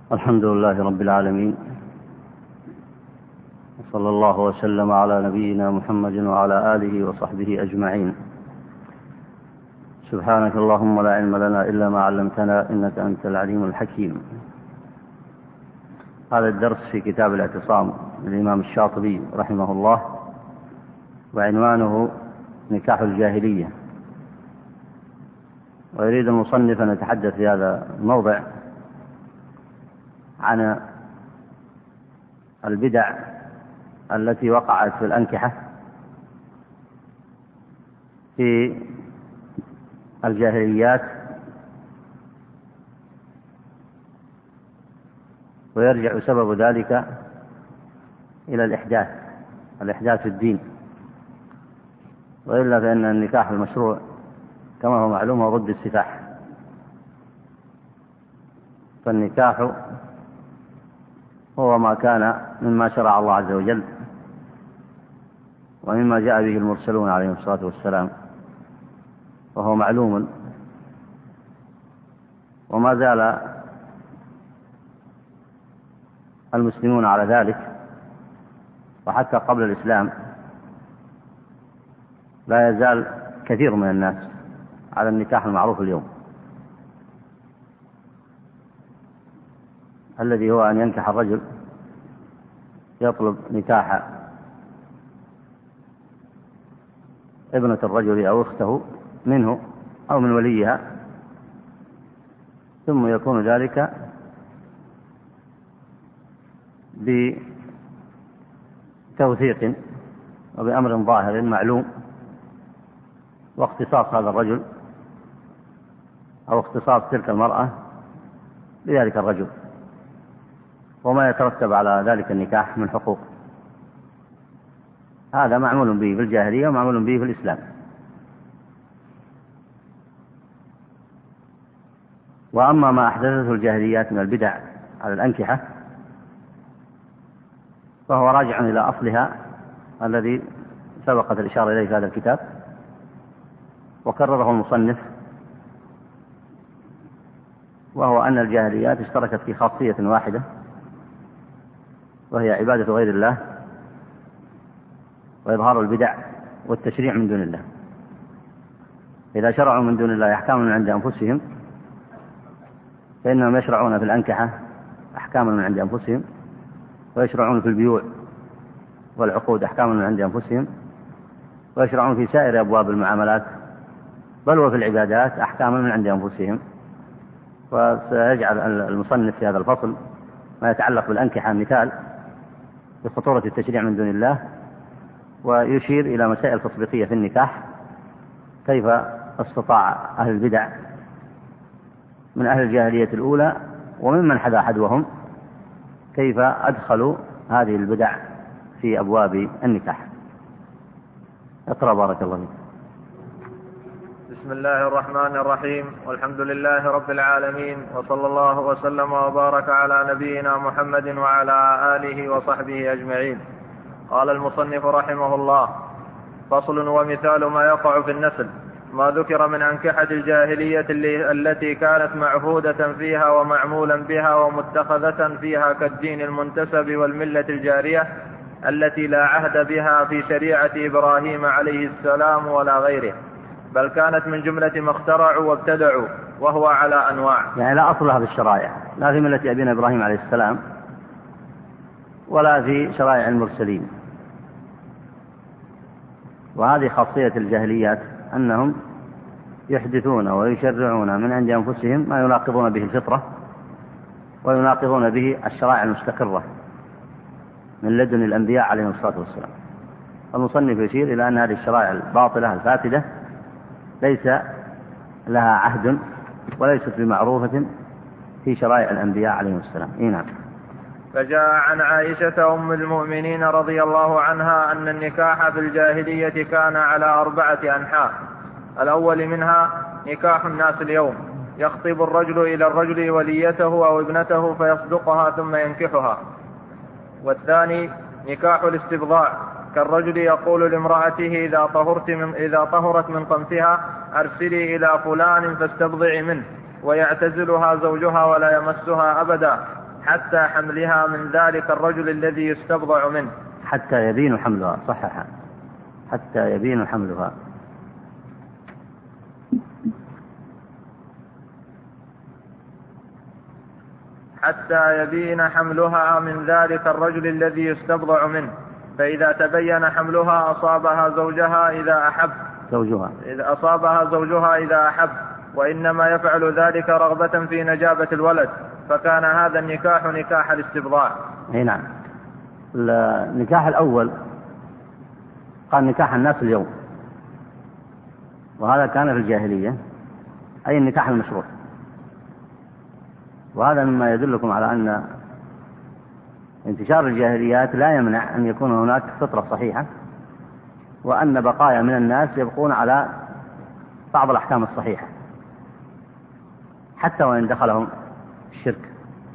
الحمد لله رب العالمين، وصلى الله وسلم على نبينا محمد وعلى آله وصحبه أجمعين. سبحانك اللهم لا علم لنا إلا ما علمتنا إنك أنت العليم الحكيم. هذا الدرس في كتاب الاعتصام للإمام الشاطبي رحمه الله، وعنوانه نكاح الجاهلية. ويريد المصنف أن يتحدث في هذا الموضع عن البدع التي وقعت في الأنكحة في الجاهليات، ويرجع سبب ذلك إلى الإحداث في الدين. وإلا فإن النكاح المشروع كما هو معلوم هو ضد السفاح، فالنكاح هو ما كان مما شرع الله عز وجل ومما جاء به المرسلون عليهم الصلاة والسلام، وهو معلوم. وما زال المسلمون على ذلك، وحتى قبل الإسلام لا يزال كثير من الناس على النكاح المعروف اليوم، الذي هو أن ينكح الرجل، يطلب نكاح ابنة الرجل أو أخته منه أو من وليها، ثم يكون ذلك بتوثيق وبأمر ظاهر معلوم، واختصاص هذا الرجل أو اختصاص تلك المرأة بذلك الرجل، وما يترتب على ذلك النكاح من حقوق. هذا معمول به في الجاهلية ومعمول به في الإسلام. وأما ما أحدثته الجاهليات من البدع على الأنكحة فهو راجع إلى أصلها الذي سبقت الإشارة إليه في هذا الكتاب، وكرره المصنف، وهو أن الجاهليات اشتركت في خاصية واحدة، وهي عبادة غير الله وإظهار البدع والتشريع من دون الله. إذا شرعوا من دون الله أحكاما من عند أنفسهم فإنهم يشرعون في الأنكحة أحكاما من عند أنفسهم، ويشرعون في البيوع والعقود أحكاما من عند أنفسهم، ويشرعون في سائر أبواب المعاملات بل وفي العبادات أحكاما من عند أنفسهم. وسيجعل المصنف في هذا الفصل ما يتعلق بالأنكحة مثال بخطورة التشريع من دون الله، ويشير إلى مسائل تطبيقية في النكاح، كيف استطاع أهل البدع من أهل الجاهلية الأولى وممن حذا حذوهم كيف أدخلوا هذه البدع في أبواب النكاح. اقرأ بارك الله فيك. بسم الله الرحمن الرحيم، والحمد لله رب العالمين، وصلى الله وسلم وبارك على نبينا محمد وعلى آله وصحبه أجمعين. قال المصنف رحمه الله: فصل. ومثال ما يقع في النسل ما ذكر من أنكحة الجاهلية التي كانت معهودة فيها ومعمولا بها ومتخذة فيها كالدين المنتسب والملة الجارية التي لا عهد بها في شريعة إبراهيم عليه السلام ولا غيره، بل كانت من جملة ما اخترعوا وابتدعوا، وهو على أنواع. يعني لا أصلها في الشرائع، لا في ملة أبينا إبراهيم عليه السلام ولا في شرائع المرسلين. وهذه خاصية الجاهليات، أنهم يحدثون ويشرعون من عند أنفسهم ما يناقضون به الفطرة ويناقضون به الشرائع المستقرة من لدن الأنبياء عليهم الصلاة والسلام. المصنف يشير إلى أن هذه الشرائع الباطلة الفاسدة ليس لها عهد وليست بمعروفة في شرائع الأنبياء عليهم السلام. نعم. فجاء عن عائشة أم المؤمنين رضي الله عنها أن النكاح في الجاهلية كان على 4 أنحاء. الأول منها نكاح الناس اليوم، يخطب الرجل إلى الرجل وليته أو ابنته فيصدقها ثم ينكحها. والثاني نكاح الاستبضاع، كالرجل يقول لامرأته إذا طهرت من قمتها أرسلي إلى فلان فاستبضعي منه، ويعتزلها زوجها ولا يمسها أبدا حتى حملها من ذلك الرجل الذي يستبضع منه. حتى يبين حملها، صحها، حتى يبين حملها. حتى يبين حملها من ذلك الرجل الذي يستبضع منه، فإذا تبين حملها أصابها زوجها إذا أحب، وإنما يفعل ذلك رغبة في نجابة الولد، فكان هذا النكاح نكاح الاستبضاع. نعم. النكاح الأول قال نكاح الناس اليوم، وهذا كان في الجاهلية، أي النكاح المشروع. وهذا مما يدلكم على أن انتشار الجاهليات لا يمنع أن يكون هناك فطرة صحيحة، وأن بقايا من الناس يبقون على بعض الأحكام الصحيحة حتى وإن دخلهم الشرك.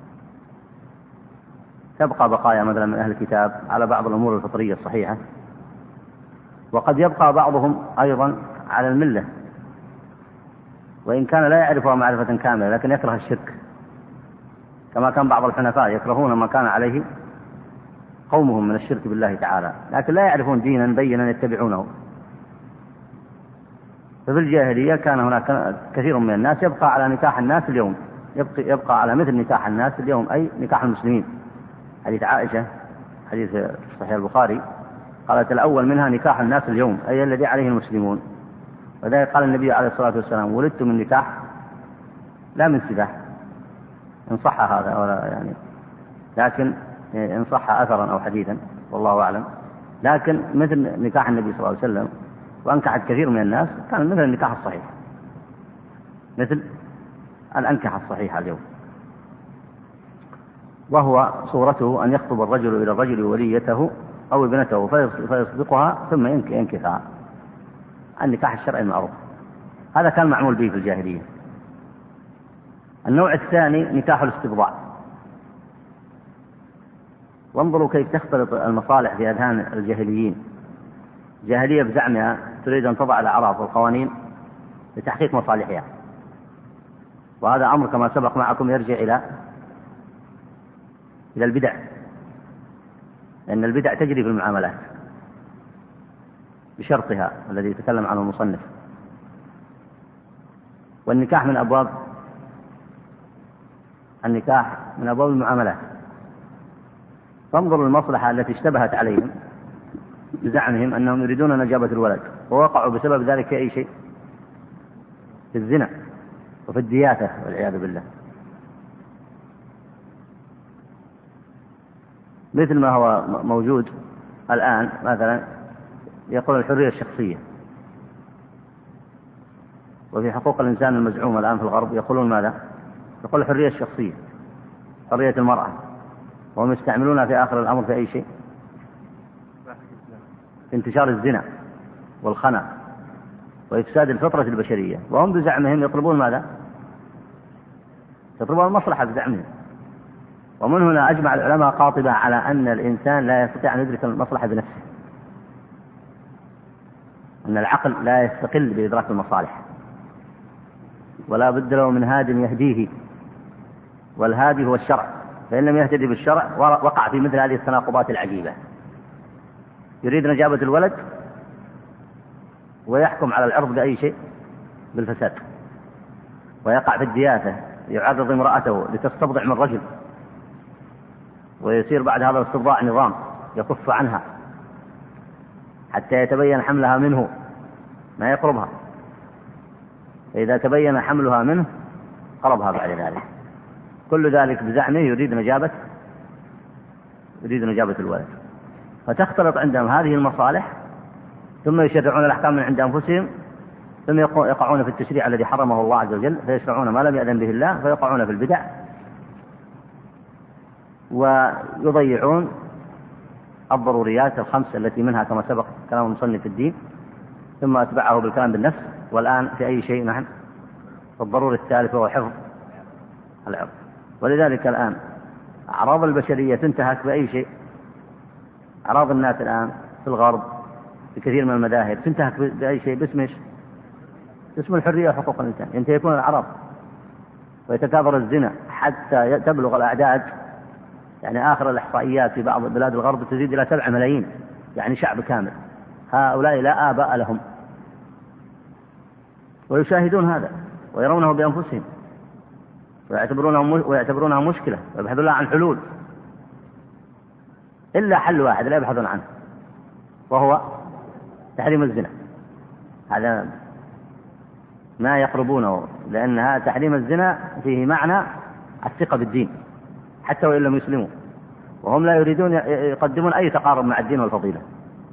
تبقى بقايا مثلا من أهل الكتاب على بعض الأمور الفطرية الصحيحة، وقد يبقى بعضهم أيضا على الملة وإن كان لا يعرفها معرفة كاملة، لكن يكره الشرك، كما كان بعض الحنفاء يكرهون ما كان عليه قومهم من الشرك بالله تعالى، لكن لا يعرفون دينا بينا يتبعونه. ففي الجاهلية كان هناك كثير من الناس يبقى على نكاح الناس اليوم، يبقى على مثل نكاح الناس اليوم، أي نكاح المسلمين. حديث عائشة، حديث صحيح البخاري، قالت الأول منها نكاح الناس اليوم، أي الذي عليه المسلمون. وذلك قال النبي عليه الصلاة والسلام ولدت من نكاح لا من سباح، إن صح هذا ولا يعني، لكن إن صح أثرا أو حديثا والله أعلم، لكن مثل نكاح النبي صلى الله عليه وسلم وأنكحت كثير من الناس كان مثل النكاح الصحيح، مثل الأنكحة الصحيحة اليوم. وهو صورته أن يخطب الرجل إلى الرجل وليته أو ابنته فيصدقها ثم ينكحها، النكاح الشرعي المعروف. هذا كان معمول به في الجاهلية. النوع الثاني نكاح الاستبضاع. وانظروا كيف تختلط المصالح في أذهان الجاهليين. الجاهلية بزعمها تريد أن تضع الأعراف والقوانين لتحقيق مصالحها، وهذا أمر كما سبق معكم يرجع إلى البدع، لأن البدع تجري في المعاملات بشرطها الذي يتكلم عنه المصنف. والنكاح من أبواب المعاملات. فانظروا المصلحة التي اشتبهت عليهم بزعمهم أنهم يريدون نجابة الولد، ووقعوا بسبب ذلك في أي شيء، في الزنا وفي الدياثة والعياذ بالله. مثل ما هو موجود الآن مثلا يقول الحرية الشخصية، وفي حقوق الإنسان المزعومة الآن في الغرب يقولون ماذا؟ يقول الحرية الشخصية، حرية المرأة، وهم يستعملونها في آخر الأمر في أي شيء، في انتشار الزنا والخنا وإفساد الفطرة البشرية. وهم بزعمهم يطلبون ماذا؟ يطلبون المصلحة بزعمهم. ومن هنا أجمع العلماء قاطبة على أن الإنسان لا يستطيع أن يدرك المصلحة بنفسه، أن العقل لا يستقل بإدراك المصالح، ولا بد له من هاد يهديه، والهادي هو الشرع، فإن لم يهتدي بالشرع وقع في مثل هذه التناقضات العجيبة. يريد نجابة الولد ويحكم على العرض بأي شيء، بالفساد، ويقع في الدياثة، يعرض امرأته لتستبضع من رجل، ويصير بعد هذا الاستبضاع نظام يكف عنها حتى يتبين حملها منه، ما يقربها، فإذا تبين حملها منه قربها بعد ذلك. كل ذلك بزعمه يريد نجابة الولد. فتختلط عندهم هذه المصالح، ثم يشرعون الأحكام من عند أنفسهم، ثم يقعون في التشريع الذي حرمه الله عز وجل، فيشرعون ما لم يأذن به الله، فيقعون في البدع ويضيعون الضروريات الخمس التي منها كما سبق كلام المصنف في الدين، ثم أتبعه بالكلام بالنفس. والآن في أي شيء نحن؟ الضروري الثالث هو حفظ العرض. ولذلك الآن أعراض البشرية تنتهك بأي شيء. أعراض الناس الآن في الغرب في كثير من المذاهب تنتهك بأي شيء؟ باسم الحرية وحقوق الإنسان. ينتهكون الأعراض ويتكاثر الزنا حتى تبلغ الأعداد يعني آخر الإحصائيات في بعض بلاد الغرب تزيد إلى 7 ملايين، يعني شعب كامل. هؤلاء لا آباء لهم، ويشاهدون هذا ويرونه بأنفسهم ويعتبرونها مشكلة ويبحثون عن حلول، إلا حل واحد لا يبحثون عنه، وهو تحريم الزنا. هذا ما يقربونه، لأنها تحريم الزنا فيه معنى الثقة بالدين حتى وإن لم يسلموا، وهم لا يريدون يقدمون أي تقارب مع الدين والفضيلة.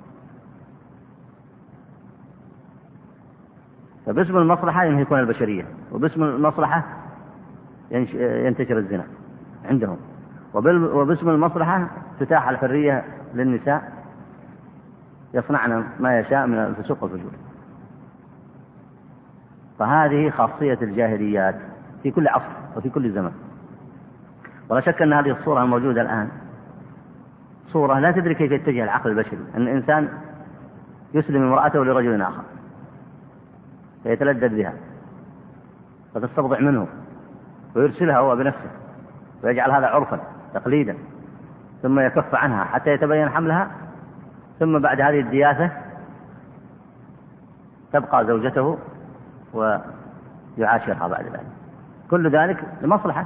فباسم المصلحة ينهكون البشرية، وباسم المصلحة ينتشر الزنا عندهم، وباسم المصلحة تتاح الحرية للنساء يصنعن ما يشاء من الفسوق والفجور. فهذه خاصية الجاهليات في كل عصر وفي كل زمن. ولا شك أن هذه الصورة الموجودة الآن صورة لا تدري كيف يتجه العقل البشري، أن الإنسان يسلم امرأته لرجل آخر فيتلذذ بها فتستبضع منه ويرسلها هو بنفسه ويجعل هذا عرفا تقليدا، ثم يكف عنها حتى يتبين حملها، ثم بعد هذه الدياثة تبقى زوجته ويعاشرها بعد ذلك. كل ذلك لمصلحة،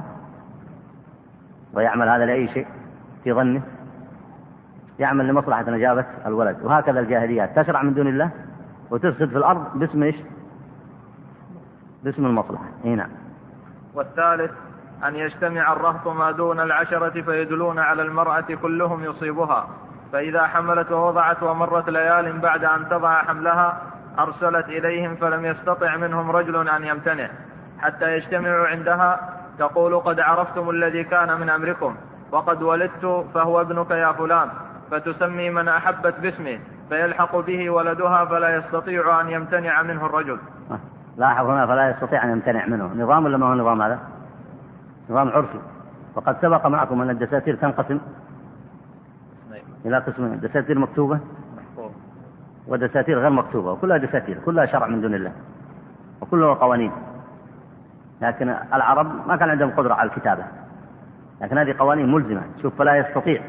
ويعمل هذا لأي شيء في ظنه، يعمل لمصلحة نجابة الولد. وهكذا الجاهليات تشرع من دون الله وتفسد في الأرض باسم إيش؟ باسم المصلحة. نعم. والثالث أن يجتمع الرهط ما دون 10 فيدلون على المرأة كلهم يصيبها، فإذا حملت ووضعت ومرت ليال بعد أن تضع حملها أرسلت إليهم فلم يستطع منهم رجل أن يمتنع حتى يجتمعوا عندها تقول قد عرفتم الذي كان من أمركم وقد ولدت فهو ابنك يا فلان، فتسمي من أحبت باسمه فيلحق به ولدها فلا يستطيع أن يمتنع منه الرجل. لاحظ هنا فلا يستطيع أن يمتنع منه، نظام ولا ما هو نظام؟ هذا نظام عرفي. وقد سبق معكم أن الدساتير تنقسم إلى قسمين: دساتير مكتوبة ودساتير غير مكتوبة، وكلها دساتير، كلها شرع من دون الله وكلها قوانين. لكن العرب ما كان عندهم قدرة على الكتابة، لكن هذه قوانين ملزمة. شوف فلا يستطيع،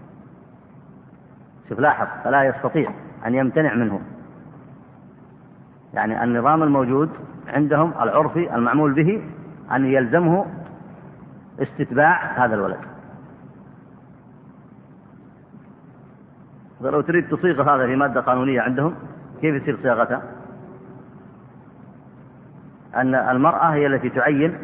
شوف لاحظ فلا يستطيع أن يمتنع منه، يعني النظام الموجود عندهم العرفي المعمول به أن يلزمه استتباع هذا الولد. ولو تريد تصيغ هذا في مادة قانونية عندهم كيف يصير صياغتها؟ أن المرأة هي التي تعين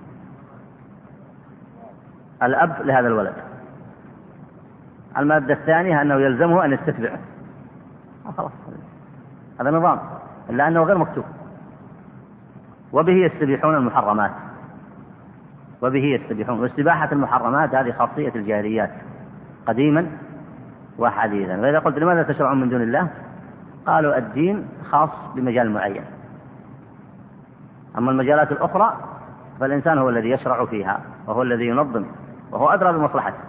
الأب لهذا الولد. المادة الثانية أنه يلزمه أن يستتبعه. خلاص هذا نظام، إلا أنه غير مكتوب. وبه يستبيحون المحرمات، وبه يستبيحون. واستباحة المحرمات هذه خاصية الجاهليات قديما وحديثا. وإذا قلت لماذا تشرعون من دون الله؟ قالوا الدين خاص بمجال معين، أما المجالات الأخرى فالإنسان هو الذي يشرع فيها وهو الذي ينظم وهو أدرى بمصلحته.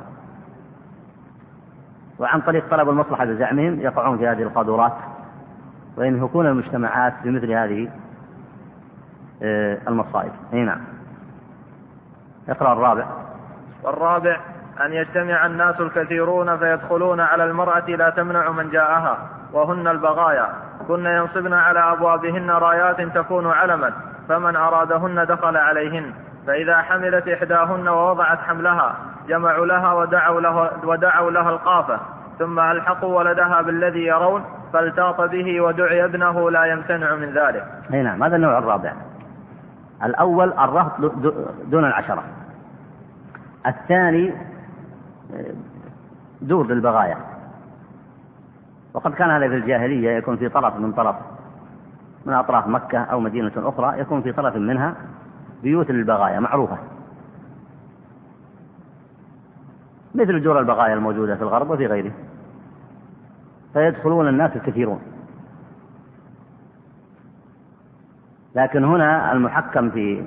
وعن طريق طلب المصلحة بزعمهم يقعون في هذه القاذورات وينهكون المجتمعات بمثل هذه المصائب. نعم. اقرأ الرابع. والرابع أن يجتمع الناس الكثيرون فيدخلون على المرأة لا تمنع من جاءها، وهن البغايا، كن ينصبن على أبوابهن رايات تكون علما، فمن أرادهن دخل عليهن، فإذا حملت إحداهن ووضعت حملها جمعوا لها ودعوا لها القافة، ثم ألحقوا ولدها بالذي يرون فالتاط به ودعي ابنه لا يمتنع من ذلك. نعم. هذا النوع الرابع. الأول الرهط دون 10، الثاني دور للبغايا. وقد كان هذا في الجاهلية يكون في طرف من أطراف مكة أو مدينة أخرى، يكون في طرف منها بيوت للبغايا معروفة، مثل دور البغايا الموجودة في الغرب وفي غيره، فيدخلون الناس الكثيرون. لكن هنا المحكم في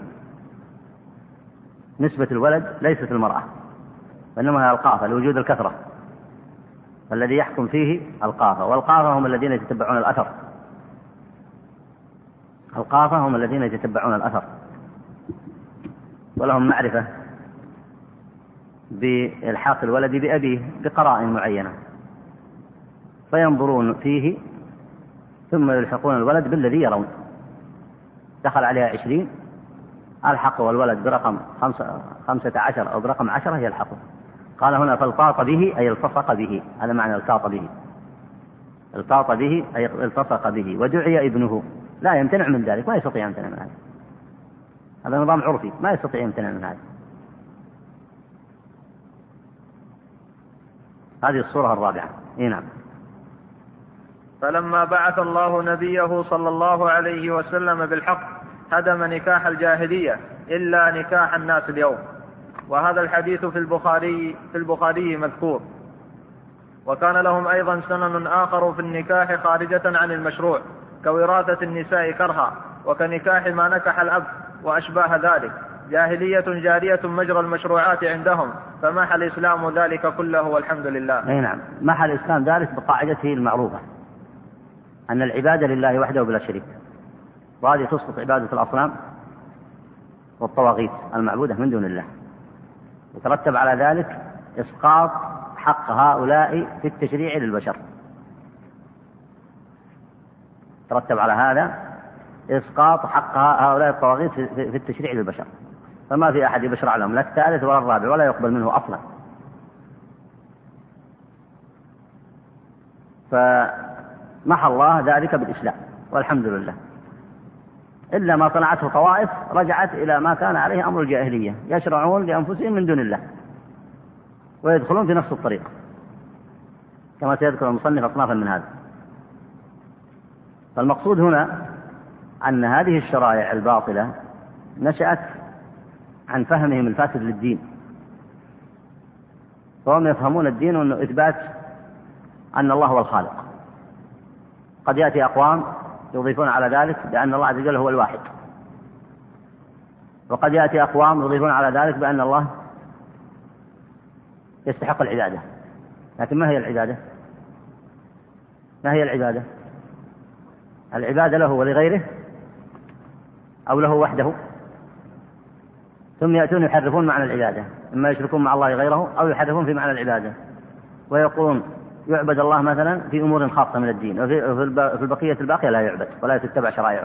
نسبة الولد ليست المرأة، وإنما هي القافة لوجود الكثرة، فالذي يحكم فيه القافة. والقافة هم الذين يتتبعون الأثر، القافة هم الذين يتتبعون الأثر ولهم معرفة بإلحاق الولد بأبيه بقرائن معينة، فينظرون فيه ثم يلحقون الولد بالذي يرون. دخل عليها 20 ألحقوا الولد برقم 15 أو برقم 10 يلحقه. قال هنا فالتاط به أي التصق به، هذا معنى التاط به. التاط به أي التصق به، ودعي ابنه، لا يمتنع من ذلك، ما يستطيع يمتنع من هذا، هذا نظام عرفي ما يستطيع يمتنع من هذا. هذه الصورة الرابعة. نعم. فلما بعث الله نبيه صلى الله عليه وسلم بالحق هدم نكاح الجاهلية إلا نكاح الناس اليوم. وهذا الحديث في البخاري مذكور. وكان لهم أيضا سنن آخر في النكاح خارجة عن المشروع، كوراثة النساء كرها، وكنكاح ما نكح الأب وأشباه ذلك، جاهلية جارية مجرى المشروعات عندهم، فمحى الإسلام ذلك كله والحمد لله. نعم، محى الإسلام ذلك بقاعدته المعروفة أن العبادة لله وحده بلا شريك، وهذه تسقط عبادة الأصنام والطواغيت المعبودة من دون الله، يترتب على ذلك إسقاط حق هؤلاء في التشريع للبشر. يترتب على هذا إسقاط حق هؤلاء الطواغيت في التشريع للبشر، فما في أحد يبشر لهم لا الثالث ولا الرابع، ولا يقبل منه أصلا. فمحى الله ذلك بالإسلام والحمد لله، إلا ما صنعته طوائف رجعت إلى ما كان عليه أمر الجاهلية، يشرعون لأنفسهم من دون الله ويدخلون في نفس الطريق، كما سيذكر المصنف أصنافا من هذا. فالمقصود هنا أن هذه الشرائع الباطلة نشأت عن فهمهم الفاسد للدين، فهم يفهمون الدين أنه إثبات أن الله هو الخالق. قد يأتي أقوام يضيفون على ذلك بأن الله عز وجل هو الواحد، وقد يأتي أقوام يضيفون على ذلك بأن الله يستحق العبادة. لكن ما هي العبادة؟ ما هي العبادة؟ العبادة له ولغيره أو له وحده؟ ثم يأتون يحرفون معنى العبادة، إما يشركون مع الله غيره أو يحرفون في معنى العبادة، ويقولون يعبد الله مثلا في أمور خاصة من الدين، وفي البقية الباقية لا يعبد ولا تتبع شرائعه،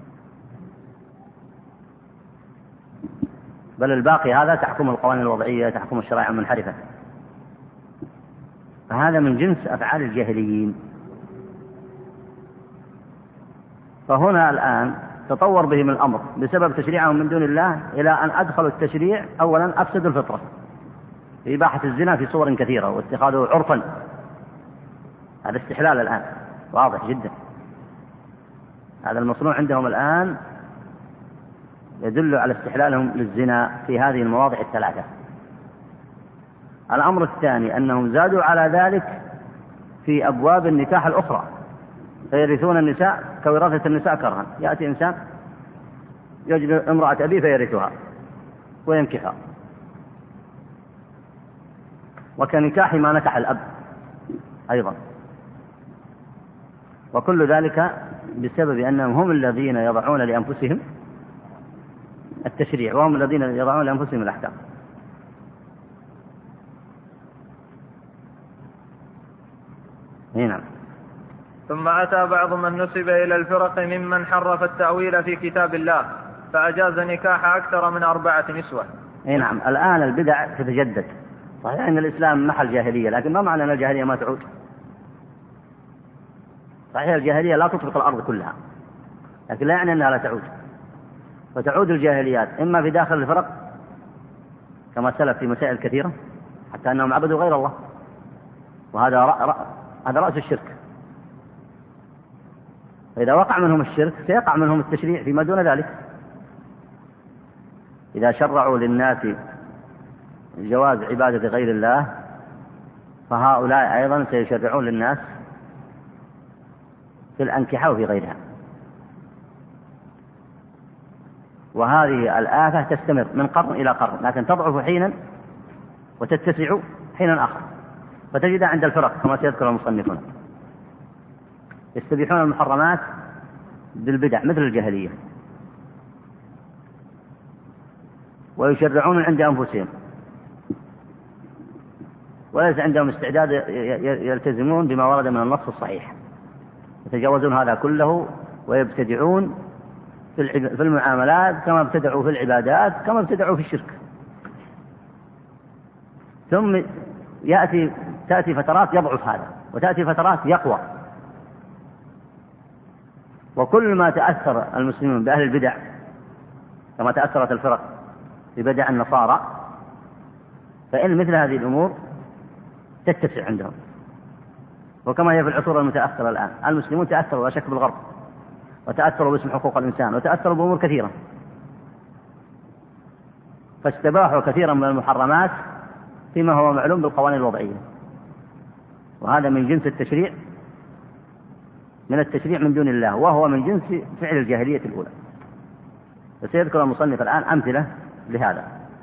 بل الباقي هذا تحكم القوانين الوضعية، تحكم الشرائع المنحرفة. فهذا من جنس أفعال الجاهليين. فهنا الآن تطور بهم الأمر بسبب تشريعهم من دون الله إلى أن أدخلوا التشريع أولا أفسدوا الفطرة في إباحة الزنا في صور كثيرة واتخاذه عرفا. هذا استحلال الآن واضح جدا، هذا المصنوع عندهم الآن يدل على استحلالهم للزنا في هذه المواضع الثلاثة. الأمر الثاني أنهم زادوا على ذلك في أبواب النكاح الأخرى، فيرثون النساء كوراثة النساء كرها. يأتي إنسان يجد امرأة أبيه فيرثها وينكحها، وكنكاح ما نكح الأب أيضا، وكل ذلك بسبب أنهم هم الذين يضعون لأنفسهم التشريع، وهم الذين يضعون لأنفسهم الأحكام. نعم. ثم أتى بعض من نسب إلى الفرق ممن حرف التأويل في كتاب الله فأجاز نكاح أكثر من 4 نسوة. نعم. الآن البدع تتجدد. صحيح أن الإسلام محل جاهلية، لكن ما معنى أن الجاهلية ما تعود؟ صحيح الجاهلية لا تطبق الأرض كلها، لكن لا يعني أنها لا تعود. فتعود الجاهليات إما في داخل الفرق كما سلف في مسائل كثيرة حتى أنهم عبدوا غير الله، وهذا هذا رأس الشرك. فإذا وقع منهم الشرك سيقع منهم التشريع فيما دون ذلك. إذا شرعوا للناس جواز عبادة غير الله فهؤلاء أيضا سيشرعون للناس في الأنكحة وفي غيرها. وهذه الآفة تستمر من قرن إلى قرن، لكن تضعف حينا وتتسع حينا آخر. فتجد عند الفرق كما سيذكر المصنفون يستبيحون المحرمات بالبدع مثل الجاهلية، ويشرعون عند أنفسهم وليس عندهم استعداد يلتزمون بما ورد من النص الصحيح، يتجاوزون هذا كله ويبتدعون في المعاملات كما ابتدعوا في العبادات كما ابتدعوا في الشرك. ثم تأتي فترات يضعف هذا وتأتي فترات يقوى. وكل ما تأثر المسلمون بأهل البدع كما تأثرت الفرق ببدع النصارى، فإن مثل هذه الأمور تتسع عندهم. وكما هي في العصور المتأخرة الآن، المسلمون تأثروا لا شك بالغرب، وتأثروا باسم حقوق الإنسان، وتأثروا بأمور كثيرة، فاستباحوا كثيرا من المحرمات فيما هو معلوم بالقوانين الوضعية. وهذا من جنس التشريع، من التشريع من دون الله، وهو من جنس فعل الجاهلية الأولى. وسيذكر المصنف الآن أمثلة لهذا.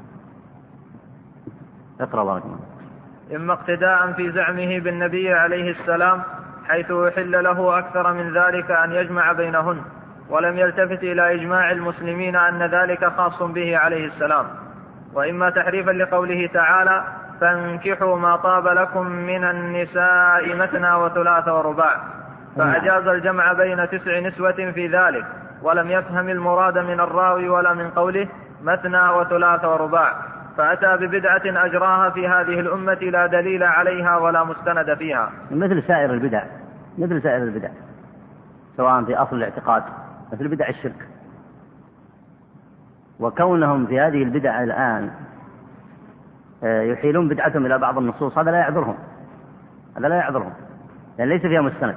اقرأ بارك الله. إما اقتداء في زعمه بالنبي عليه السلام، حيث يحل له أكثر من ذلك أن يجمع بينهن، ولم يلتفت إلى إجماع المسلمين أن ذلك خاص به عليه السلام. وإما تحريفا لقوله تعالى: فانكحوا ما طاب لكم من النساء مثنى وثلاث ورباع، فأجاز الجمع بين 9 نسوة في ذلك، ولم يفهم المراد من الراوي ولا من قوله مثنى وثلاث ورباع، فأتى ببدعة أجراها في هذه الأمة لا دليل عليها ولا مستند فيها، مثل سائر البدع سواء في أصل الاعتقاد مثل بدع الشرك. وكونهم في هذه البدع الآن يحيلون بدعتهم إلى بعض النصوص، هذا لا يعذرهم، لأن ليس فيها مستند.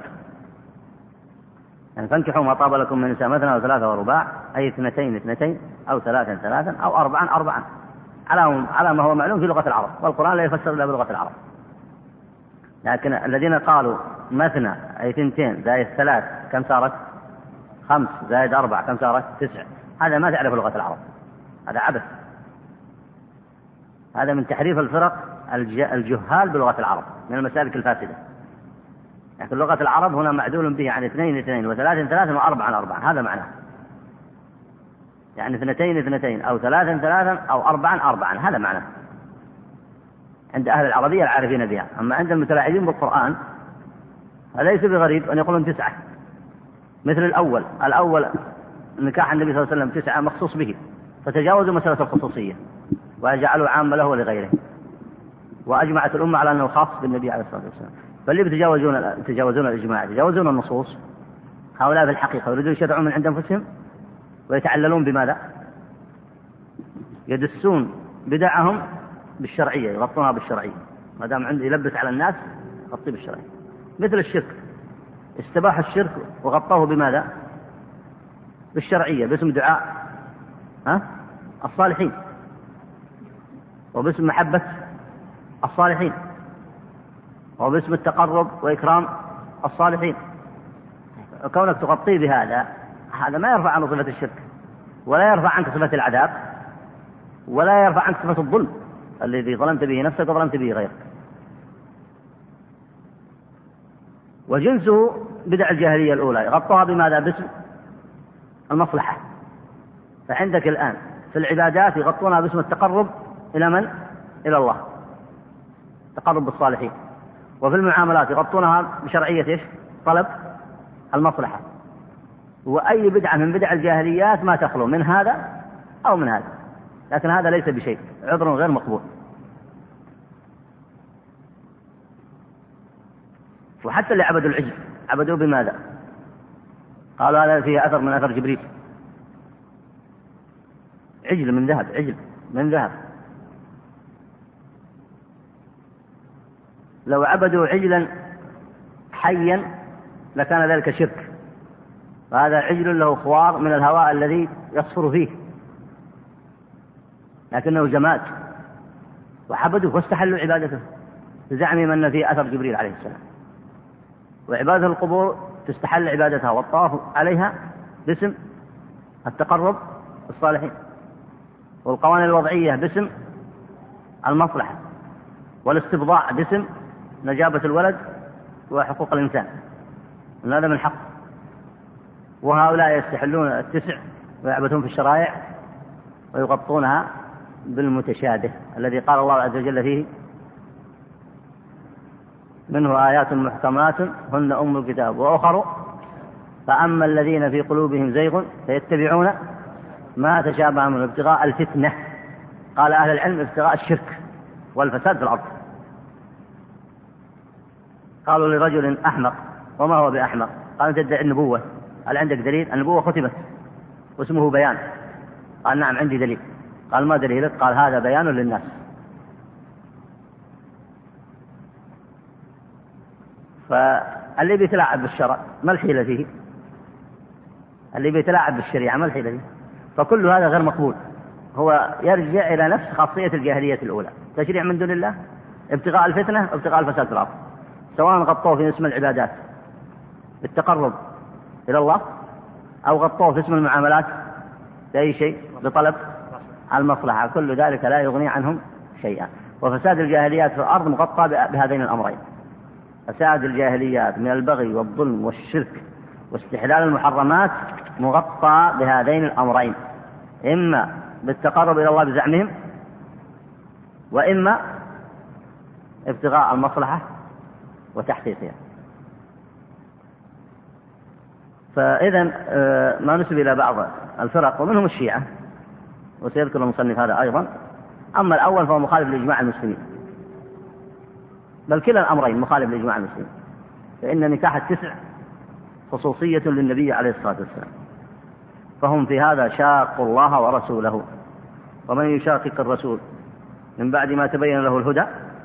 يعني فانكحوا ما طاب لكم من النساء مثنى وثلاثة ورباع، أي 2 أو 3 أو 4 على ما هو معلوم في لغة العرب، والقرآن لا يفسر إلا بلغة العرب. لكن الذين قالوا مثنى أي 2 زائد 3 كم صارت؟ 5 زائد 4 كم صارت؟ 9، هذا ما تعرف لغة العرب، هذا عبث. هذا من تحريف الفرق الجهال بلغة العرب، من المسالك الفاسدة. لكن لغة العرب هنا معدول به عن 2 و3 و4 هذا معناه. يعني 2 أو 3 أو 4 هذا معناه عند أهل العربية العارفين بها. أما عند المتلاعبين بالقرآن ليس بغريب أن يقولون 9، مثل الأول نكاح النبي صلى الله عليه وسلم 9 مخصوص به، فتجاوزوا مسألة الخصوصية وجعلوا عامة له ولغيره، وأجمعت الأمة على أنه خاص بالنبي عليه الصلاة والسلام. فاللي يتجاوزون الإجماع، يتجاوزون النصوص، هؤلاء في الحقيقة يريدون يشرعون من عند أنفسهم ويتعللون بماذا؟ يدسون بدعهم بالشرعية، يغطونها بالشرعية، ما دام عنده يلبس على الناس يغطيه بالشرعية. مثل الشرك، استباحوا الشرك وغطوه بماذا؟ بالشرعية، باسم دعاء الصالحين، وباسم محبة الصالحين، وباسم التقرب وإكرام الصالحين. كونك تغطيه بهذا، هذا ما يرفع عنه صفة الشرك، ولا يرفع عنك صفة العذاب، ولا يرفع عنك صفة الظلم الذي ظلمت به نفسك وظلمت به غيرك. وجنسه بدع الجاهلية الأولى، يغطوها بماذا؟ باسم المصلحة. فعندك الآن في العبادات يغطونها باسم التقرب إلى من؟ إلى الله، تقرب بالصالحين. وفي المعاملات يغطونها بشرعية إيش؟ طلب المصلحة. وأي بدعة من بدع الجاهليات ما تخلو من هذا أو من هذا، لكن هذا ليس بشيء، عذر غير مقبول. وحتى اللي عبدوا العجل عبدوا بماذا؟ قالوا هذا فيه أثر من أثر جبريل، عجل من ذهب. لو عبدوا عجلا حيا لكان ذلك شرك، وهذا عجل له خوار من الهواء الذي يصفر فيه، لكنه جماد، وعبدوه واستحلوا عبادته بزعمهم أن فيه أثر جبريل عليه السلام. وعبادة القبور تستحل عبادتها والطواف عليها باسم التقرب بالصالحين، والقوانين الوضعية باسم المصلحة، والاستبضاع باسم نجابة الولد وحقوق الإنسان، هذا من حق. وهؤلاء يستحلون 9 ويعبثون في الشرائع ويغطونها بالمتشابه الذي قال الله عز وجل فيه: منه آيات محكمات هن أم الكتاب وأخر فأما الذين في قلوبهم زيغ فيتبعون ما تشابه منه ابتغاء الفتنة. قال أهل العلم ابتغاء الشرك والفساد في الأرض. قالوا لرجل أحمق وما هو بأحمق؟ قال أنت تدعي النبوة، هل عندك دليل؟ النبوة ختمت واسمه بيان. قال نعم عندي دليل. قال ما دليلك؟ قال هذا بيان للناس. فاللي بيتلاعب بالشرع ما الحيلة فيه؟ اللي بيتلاعب بالشريعة ما الحيلة فيه؟ فكل هذا غير مقبول، هو يرجع إلى نفس خاصية الجاهلية الأولى، تشريع من دون الله، ابتغاء الفتنة، ابتغاء الفساد في الأرض، سواء غطوه في اسم العبادات بالتقرب إلى الله أو غطوه في اسم المعاملات بأي شيء بطلب المصلحة، كل ذلك لا يغني عنهم شيئا. وفساد الجاهليات في الأرض مغطى بهذين الأمرين. فساد الجاهليات من البغي والظلم والشرك واستحلال المحرمات مغطى بهذين الأمرين، إما بالتقرب إلى الله بزعمهم، وإما ابتغاء المصلحة وتحقيقها. فإذا ما نسب إلى بعض الفرق ومنهم الشيعة، وسيذكر المصنف هذا أيضا. أما الأول فهو مخالف لإجماع المسلمين، بل كلا الأمرين مخالف لإجماع المسلمين، فإن نكاح التسع خصوصية للنبي عليه الصلاة والسلام، فهم في هذا شاقوا الله ورسوله، ومن يشاقق الرسول من بعد ما تبين له الهدى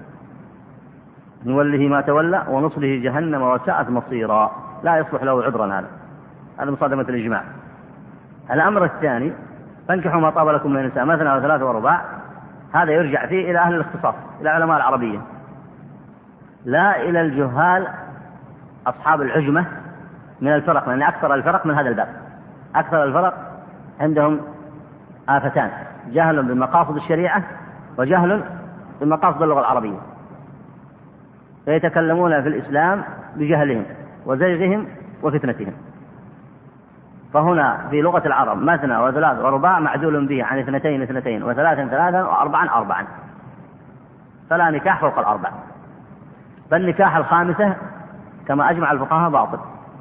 نوله ما تولى ونصله جهنم وساءت مصيرا، لا يصلح له عذرا. هذا مصادمة الإجماع. الأمر الثاني فانكحوا ما طاب لكم من النساء مثنى وثلاث ورباع، هذا يرجع فيه إلى أهل الاختصاص، إلى علماء العربية، لا إلى الجهال أصحاب العجمة من الفرق، لأن أكثر الفرق من هذا الباب. أكثر الفرق عندهم آفتان: جهل بمقاصد الشريعة وجهل بمقاصد اللغة العربية، فيتكلمون في الإسلام بجهلهم وزيغهم وفتنتهم. فهنا في لغة العرب مثنى وثلاث ورباع معدول به عن اثنتين اثنتين وثلاثا ثلاثا وأربعا أربعا، فلا نكاح فوق الأربع. فالنكاح الخامسة كما أجمع الفقهاء باطل،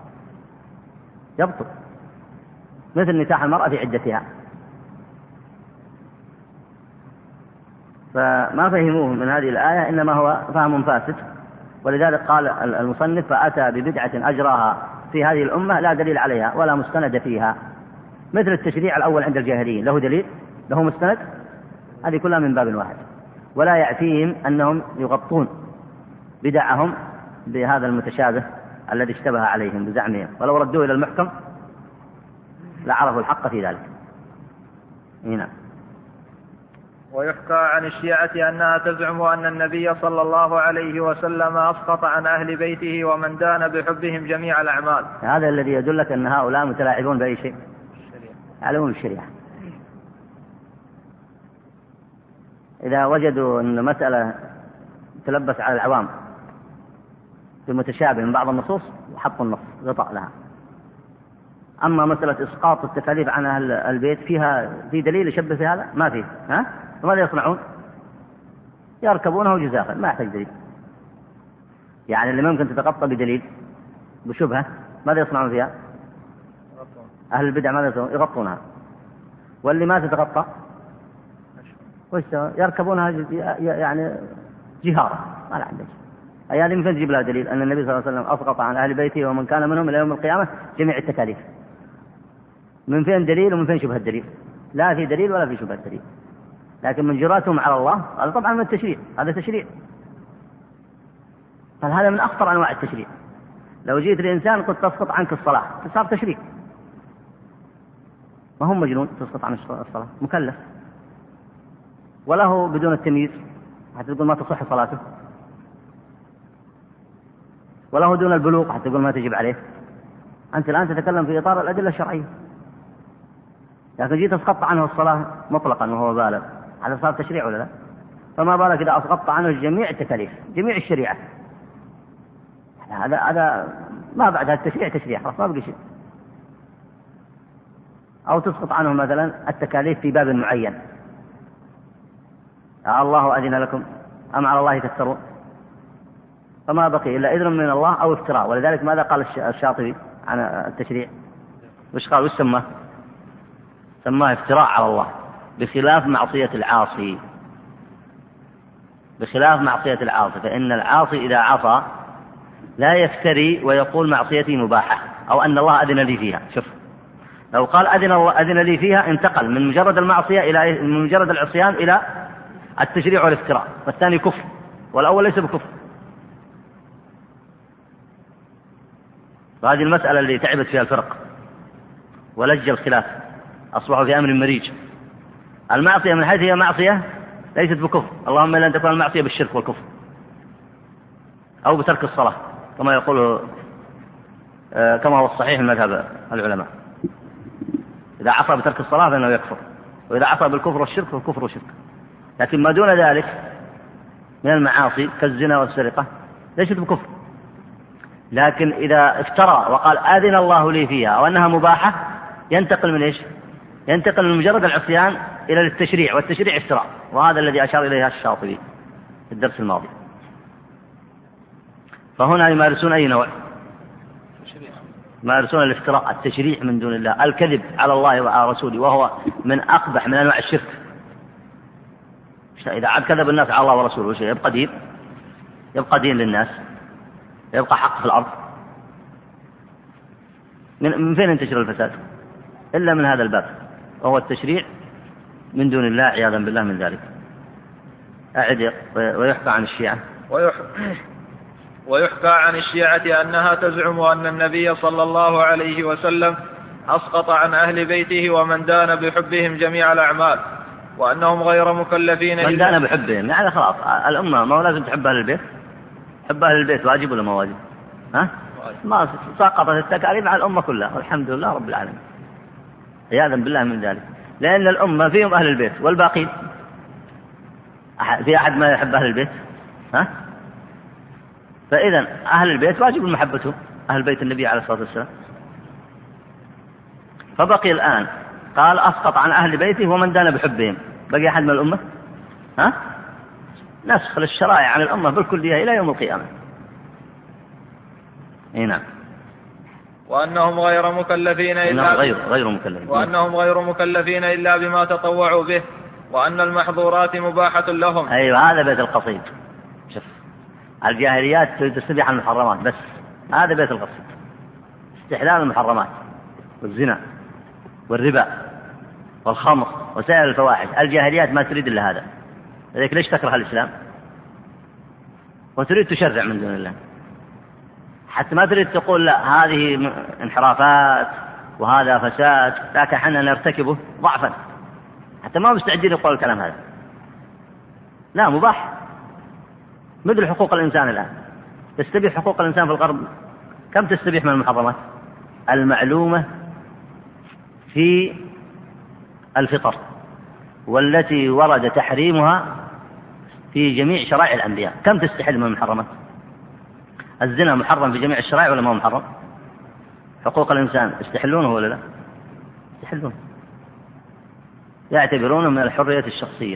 يبطل، مثل نكاح المرأة في عدتها. فما فهموه من هذه الآية إنما هو فهم فاسد، ولذلك قال المصنف: فأتى ببدعة أجراها في هذه الأمة لا دليل عليها ولا مستند فيها. مثل التشريع الأول عند الجاهليين، له دليل له مستند، هذه كلها من باب واحد، ولا يأتيهم أنهم يغطون بدعهم بهذا المتشابه الذي اشتبه عليهم بزعمهم، ولو ردوه إلى المحكم لعرفوا الحق في ذلك. هنا. ويحكى عن الشيعة أنها تزعم أن النبي صلى الله عليه وسلم أسقط عن أهل بيته ومن دان بحبهم جميع الأعمال. هذا الذي يدلك أن هؤلاء متلاعبون بأي شيء، يعلمون الشريعة. إذا وجدوا أن مسألة تلبس على العوام بمتشابه من بعض النصوص وحطوا النص غطاء لها. أما مسألة إسقاط التكاليف عن أهل البيت فيها في دليل يشبه في هذا؟ ما فيه. فماذا يصنعون؟ يركبونه جزافا، ما يحتاج دليل. يعني اللي ممكن تتغطى بدليل بشبهة ماذا يصنعون فيها؟ أهل البدع ماذا يصنعون؟ يغطونها. واللي ما تتغطى يركبونها يعني جهارا، ما لا عندك. يعني من فين تجيب لها دليل أن النبي صلى الله عليه وسلم أسقط عن أهل بيته ومن كان منهم إلى يوم القيامة جميع التكاليف؟ من فين دليل ومن فين شبه الدليل؟ لا في دليل ولا في شبه الدليل، لكن من جراتهم على الله هذا طبعا من التشريع، هذا تشريع، فهذا من أخطر أنواع التشريع. لو جيت الإنسان قلت تسقط عنك الصلاة صار تشريع، ما هم مجنون تسقط عن الصلاة، مكلف، وله بدون التمييز حتى تقول ما تصح صلاته، وله دون البلوغ حتى تقول ما تجب عليه. أنت الآن تتكلم في إطار الأدلة الشرعية، لكن جيت أسقط عنه الصلاة مطلقا وهو بالغ، هذا صار تشريع ولا لا؟ فما بالك إذا أسقطت عنه جميع التكاليف جميع الشريعة؟ هذا ما بعد هذا التشريع تشريع خلاص ما بقي شيء. أو تسقط عنه مثلا التكاليف في باب معين، الله أذن لكم أم على الله تفترون، فما بقي إلا إذن من الله أو افتراء. ولذلك ماذا قال الشاطبي عن التشريع؟ وش قال؟ وش سماه؟ سماه افتراء على الله، بخلاف معصية العاصي. بخلاف معصية العاصي، فإن العاصي إذا عصى لا يفتري ويقول معصيتي مباحة أو أن الله أذن لي فيها. شوف، لو قال أذن لي فيها انتقل من مجرد المعصية إلى من مجرد العصيان إلى التشريع والافتراء، والثاني كفر والأول ليس بكفر. وهذه المسألة اللي تعبت فيها الفرق ولج الخلاف، أصبحوا في أمر مريج. المعصية من حيث هي معصية ليست بكفر، اللهم إلا أن تكون المعصية بالشرك والكفر أو بترك الصلاة كما يقول كما هو الصحيح من مذهب العلماء. إذا عصى بترك الصلاة فإنه يكفر، وإذا عصى بالكفر والشرك فالكفر وشرك. لكن ما دون ذلك من المعاصي كالزنا والسرقة ليست بكفر. لكن إذا افترى وقال آذن الله لي فيها وأنها مباحة ينتقل من إيش؟ ينتقل من مجرد العصيان إلى التشريع، والتشريع افتراء، وهذا الذي أشار إليه الشاطبي في الدرس الماضي. فهنا يمارسون أي نوع؟ يمارسون الافتراء، التشريع من دون الله، الكذب على الله وعلى رسوله، وهو من أقبح من أنواع الشرك. إذا عاد كذب الناس على الله ورسوله شيء يبقى دين للناس، يبقى حق في الأرض. من فين ينتشر الفساد؟ إلا من هذا الباب، وهو التشريع من دون الله عياذا بالله من ذلك. أعد. ويحكى عن الشيعة ويحكى عن الشيعة أنها تزعم أن النبي صلى الله عليه وسلم أسقط عن أهل بيته ومن دان بحبهم جميع الأعمال، وأنهم غير مكلفين. من دان بحبهم يعني خلاص الأمة ما لازم تحب أهل البيت. حب أهل البيت واجب ولا ما واجب؟ ما سقطت التكاليف على الأمة كلها، والحمد لله رب العالمين عياذا بالله من ذلك. لأن الأمة فيهم أهل البيت والباقين، في أحد ما يحب أهل البيت؟ فإذا أهل البيت واجب محبتهم، أهل بيت النبي عليه الصلاة والسلام. فبقي الآن قال أسقط عن أهل بيته ومن دان بحبهم، بقي أحد من الأمة؟ نسخ للشرائع عن الأمة بالكلية إلى يوم القيامة. نعم. وأنهم غير مكلفين إلا بما تطوعوا به، وأن المحظورات مباحة لهم. أيوة، هذا بيت القصيد. شوف، الجاهليات تستبيح المحرمات، بس هذا بيت القصيد، استحلال المحرمات والزنا والربا والخمر وسائر الفواحش. الجاهليات ما تريد إلا هذا، لذلك ليش تكره الإسلام وتريد تشرع من دون الله؟ حتى ما تريد تقول لا هذه انحرافات وهذا فساد، لكن احنا نرتكبه ضعفا، حتى ما مستعدين يقول الكلام هذا. لا، مباح، مثل حقوق الإنسان. الآن تستبيح حقوق الإنسان في الغرب، كم تستبيح من المحرمات المعلومة في الفطر، والتي ورد تحريمها في جميع شرائع الأنبياء؟ كم تستحل من المحرمات؟ الزنا محرم في جميع الشرائع ولا ما محرم؟ حقوق الإنسان يستحلونه ولا لا؟ يستحلونه، يعتبرونه من الحرية الشخصية،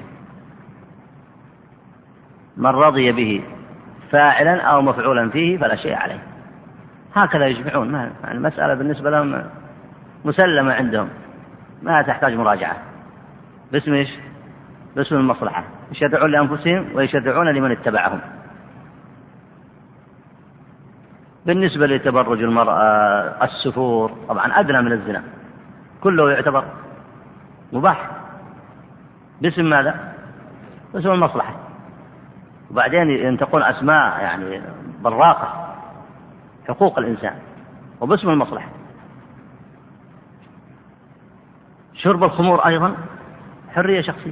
من رضي به فاعلا أو مفعولا فيه فلا شيء عليه. هكذا يجمعون، المسألة بالنسبة لهم مسلمة عندهم، ما تحتاج مراجعة. باسم إيش؟ باسم المصلحة، يشرعون لأنفسهم ويشرعون لمن اتبعهم. بالنسبة لتبرج المرأة، السفور، طبعا أدنى من الزنا، كله يعتبر مباح. باسم ماذا؟ باسم المصلحة. وبعدين ينتقون أسماء يعني براقة، حقوق الإنسان، وباسم المصلحة. شرب الخمور أيضا حرية شخصية.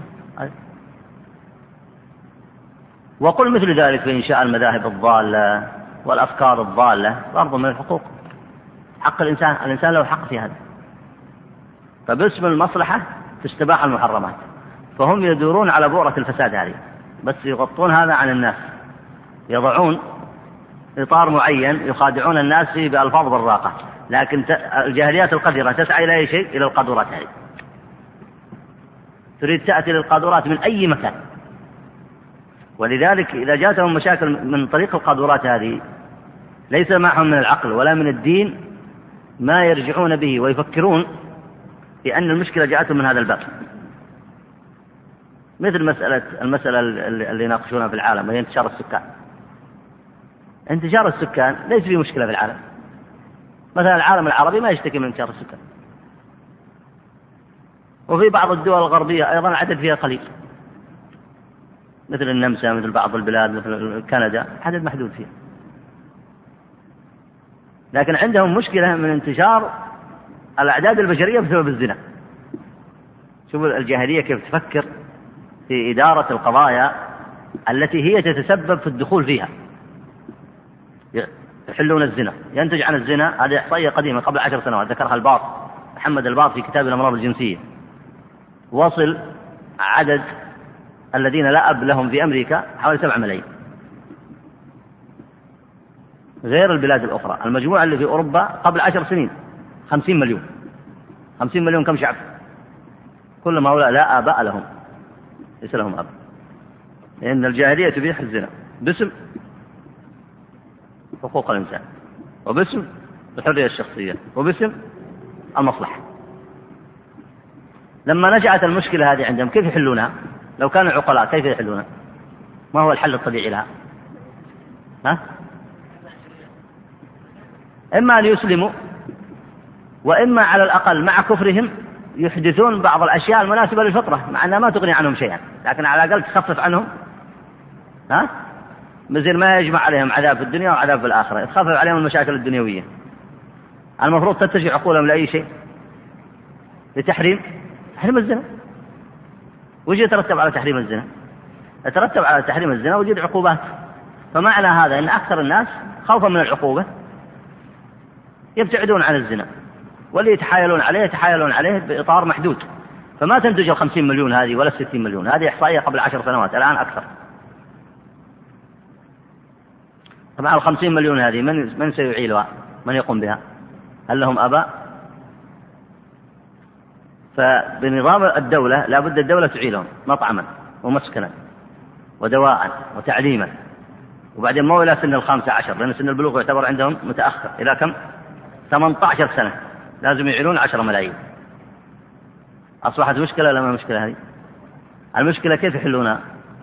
وقل مثل ذلك في إنشاء المذاهب الضالة والأفكار الضالة برضو من الحقوق، حق الإنسان له حق في هذا. فباسم المصلحة تستباح المحرمات، فهم يدورون على بؤرة الفساد هذه، بس يغطون هذا عن الناس، يضعون إطار معين يخادعون الناس فيه بألفاظ براقة، لكن الجاهليات القذرة تسعى إلى أي شيء؟ إلى القاذورات هذه، تريد تأتي للقاذورات من أي مكان. ولذلك إذا جاءتهم مشاكل من طريق القاذورات هذه ليس معهم من العقل ولا من الدين ما يرجعون به ويفكرون بأن المشكلة جاءتهم من هذا الباب. مثل المسألة اللي يناقشونها في العالم وهي انتشار السكان. انتشار السكان ليس فيه مشكلة في العالم. مثلا العالم العربي ما يشتكي من انتشار السكان، وفي بعض الدول الغربية أيضا العدد فيها قليل، مثل النمسا، مثل بعض البلاد، مثل كندا، عدد محدود فيها. لكن عندهم مشكلة من انتشار الأعداد البشرية بسبب الزنا. شوفوا الجاهلية كيف تفكر في إدارة القضايا التي هي تتسبب في الدخول فيها. يحلون الزنا، ينتج عن الزنا. هذه إحصائية قديمة قبل 10 سنوات ذكرها الباط، محمد الباط في كتاب الأمراض الجنسية. وصل عدد الذين لا أب لهم في أمريكا حوالي 7 ملايين، غير البلاد الأخرى. المجموعة اللي في أوروبا قبل 10 سنين 50 مليون. 50 مليون كم شعب؟ كلهم هؤلاء لا آباء لهم، ليس لهم أب، لأن الجاهلية تبيح الزنا باسم حقوق الإنسان، وباسم الحرية الشخصية، وباسم المصلحة. لما نشأت المشكلة هذه عندهم كيف يحلونها؟ لو كانوا عقلاء كيف يحلونها؟ ما هو الحل الطبيعي لها؟ إما أن يسلموا، وإما على الأقل مع كفرهم يحدثون بعض الأشياء المناسبة للفطرة، مع أنها ما تغني عنهم شيئا، لكن على الأقل تخفف عنهم مثل ما يجمع عليهم عذاب في الدنيا وعذاب في الآخرة، تخفف عليهم المشاكل الدنيوية. المفروض تتجه عقولهم لأي شيء، لتحريم الزنا. وش يترتب على تحريم الزنا؟ يترتب على تحريم الزنا وجود عقوبات. فمعنى هذا أن أكثر الناس خوفا من العقوبة يبتعدون عن الزنا، واللي يتحايلون عليه بإطار محدود. فما تنتج 50 مليون هذه ولا 60 مليون. هذه إحصائية قبل 10 سنوات، الآن أكثر. طبعا 50 مليون هذه من سيعيلها؟ من يقوم بها؟ هل لهم آباء؟ فبنظام الدولة لا بد الدولة تعيلهم مطعما ومسكنا ودواء وتعليما، وبعدين مو إلى سن 15، لأن سن البلوغ يعتبر عندهم متأخر. إلى كم؟ 18 سنة لازم يعيلون 10 ملايين. أصبحت مشكلة ولا ما مشكلة هذه؟ المشكلة كيف يحلونها؟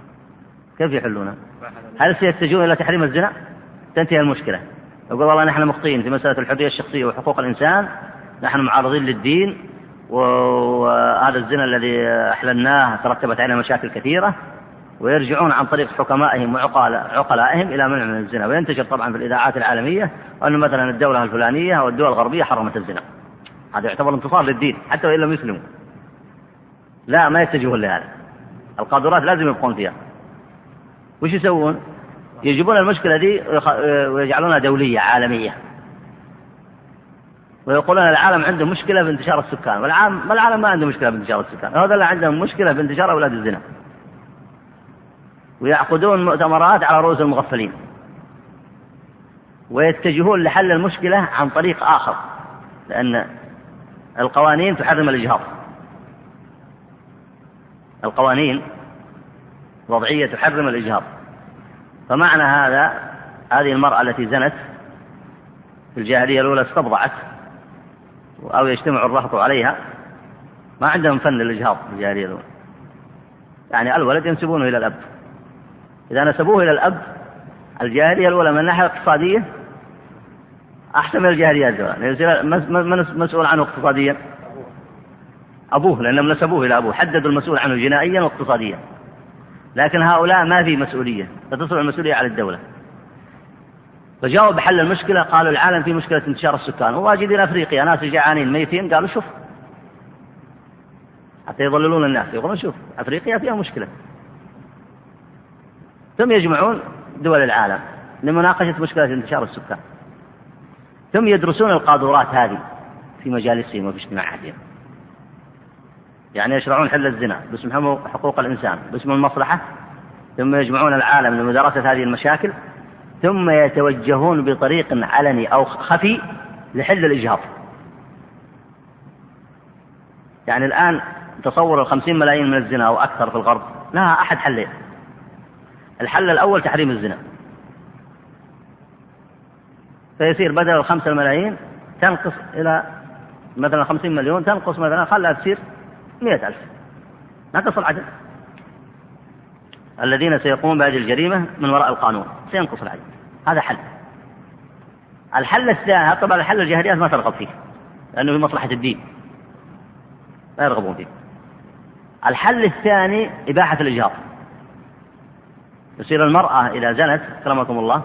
هل سيتجهون إلى تحريم الزنا؟ تنتهي المشكلة. يقول والله نحن مخطئين في مسألة الحرية الشخصية وحقوق الإنسان، نحن معارضين للدين، وهذا الزنا الذي أحللناه ترتبت عليه مشاكل كثيرة، ويرجعون عن طريق حكمائهم وعقلائهم إلى منع من الزنا. وينتشر طبعا في الإذاعات العالمية أن مثلا الدولة الفلانية أو الدول الغربية حرمت الزنا. هذا يعتبر انتصار للدين حتى وإن لم يسلموا. لا، ما يتجهون لهذا. القاذورات لازم يبقون فيها. وش يسوون؟ يجيبون المشكلة دي ويجعلونها دولية عالمية، ويقولون العالم عنده مشكلة بانتشار السكان، والعالم ما عنده مشكلة بانتشار السكان، هذا اللي عندهم مشكلة بانتشار أولاد الزنا. ويعقدون مؤتمرات على رؤوس المغفلين، ويتجهون لحل المشكلة عن طريق آخر، لأن القوانين تحرم الإجهاض. القوانين وضعية تحرم الإجهاض. فمعنى هذه المرأة التي زنت في الجاهلية الأولى استبضعت أو يجتمع الرهط عليها، ما عندهم فن للإجهاض في الجاهلية الأولى. يعني الولد ينسبونه إلى الأب. إذا نسبوه إلى الأب، الجاهلية الأولى من الناحية الاقتصادية أحسن من الجاهلية الأولى. من مسؤول عنه اقتصاديا؟ أبوه، لأنهم نسبوه إلى أبوه، حددوا المسؤول عنه جنائيا واقتصاديا. لكن هؤلاء ما في مسؤولية، فتصل المسؤولية على الدولة. فجاءوا بحل المشكلة، قالوا العالم في مشكلة انتشار السكان، وواجدين أفريقيا ناس جعانين ميتين، قالوا شوف، حتى يضللون الناس، يقولون شوف أفريقيا فيها مشكلة. ثم يجمعون دول العالم لمناقشة مشكلة انتشار السكان، ثم يدرسون القاذورات هذه في مجالسهم وفي اجتماعاتهم. يعني يشرعون حل الزنا باسم حقوق الإنسان، باسم المصلحة، ثم يجمعون العالم لمدرسة هذه المشاكل، ثم يتوجهون بطريق علني أو خفي لحل الإجهاض. يعني الآن تصور 50 ملايين من الزنا أو أكثر في الغرب لا أحد حله. الحل الأول تحريم الزنا، فيصير بدل 5 ملايين تنقص إلى مثلا 50 مليون، تنقص مثلا خلها تصير 100,000، نقص العدد الذين سيقومون بهذه الجريمة من وراء القانون، سينقص العدد. هذا حل. الحل الثاني، طبعا الحل الجاهليات ما ترغب فيه لأنه في مصلحة الدين، لا يرغبون فيه. الحل الثاني إباحة الإجهاض. يصير المرأة إذا زنت كرمكم الله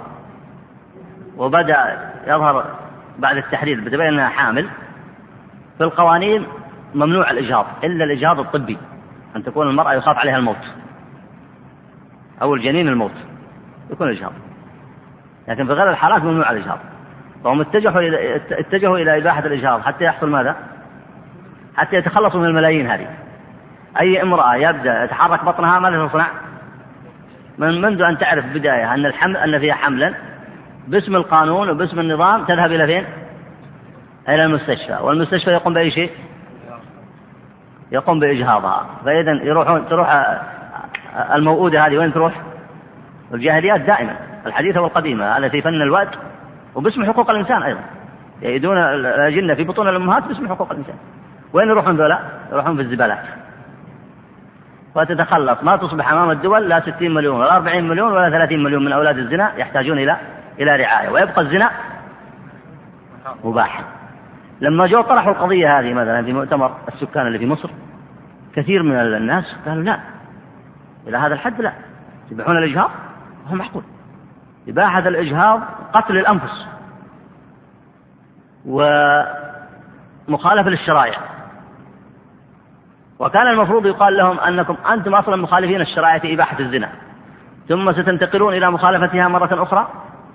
وبدأ يظهر بعد التحرير بتبين أنها حامل، في القوانين ممنوع الإجهاض إلا الإجهاض الطبي، أن تكون المرأة يخاف عليها الموت أو الجنين الموت يكون الإجهاض، لكن في غير الحالات ممنوع الإجهاض. فهم اتجهوا إلى إباحة الإجهاض حتى يحصل ماذا؟ حتى يتخلصوا من الملايين هذه. أي امرأة يبدأ يتحرك بطنها ماذا تصنع؟ منذ أن تعرف بداية أن فيها حملا باسم القانون وباسم النظام تذهب إلى فين؟ إلى المستشفى، والمستشفى يقوم بأي شيء؟ يقوم بإجهاضها. فإذا تروح الموؤودة هذه وين تروح؟ الجاهليات دائما الحديثة والقديمة التي فن الوأد وباسم حقوق الإنسان أيضا يأيدون الأجنة في بطون الأمهات باسم حقوق الإنسان. وين يروحون ذولا؟ يروحون في الزبالات، وتتخلص ما تصبح أمام الدول لا 60 مليون ولا 40 مليون ولا 30 مليون من أولاد الزنا يحتاجون إلى رعاية، ويبقى الزنا مباح. لما جو طرحوا القضية هذه مثلا في مؤتمر السكان اللي في مصر، كثير من الناس قالوا لا، إلى هذا الحد لا، يبيحون الإجهاض؟ وهو معقول. إباحة الإجهاض قتل الأنفس ومخالفة للشرائع، وكان المفروض يقال لهم أنتم أصلا مخالفين الشرائع في إباحة الزنا، ثم ستنتقلون إلى مخالفتها مرة أخرى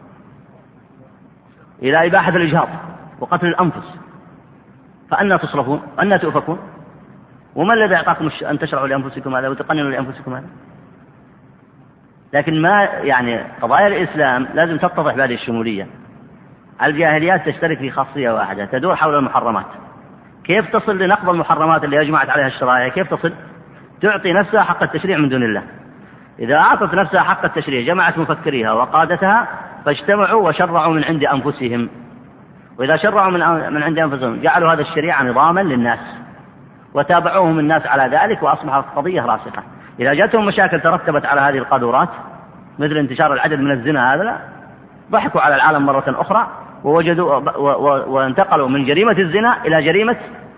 إلى إباحة الإجهاض وقتل الأنفس، فأنا تصرفون؟ أنا تؤفكون؟ وما الذي أعطاكم أن تشرعوا لأنفسكم هذا وتقننوا لأنفسكم هذا؟ لكن ما قضايا الإسلام لازم تتضح بهذه الشمولية. الجاهليات تشترك في خاصية واحدة تدور حول المحرمات. كيف تصل لنقض المحرمات اللي أجمعت عليها الشرائع؟ كيف تصل؟ تعطي نفسها حق التشريع من دون الله. إذا أعطت نفسها حق التشريع جمعت مفكريها وقادتها فاجتمعوا وشرعوا من عند أنفسهم، وإذا شرعوا من عند أنفسهم جعلوا هذا الشريعة نظاما للناس وتابعوهم الناس على ذلك وأصبحت قضية راسخة. إذا جاءتهم مشاكل ترتبت على هذه القاذورات مثل انتشار العدد من الزنا هذا، ضحكوا على العالم مرة أخرى ووجدوا وانتقلوا من جريمة الزنا إلى جريمة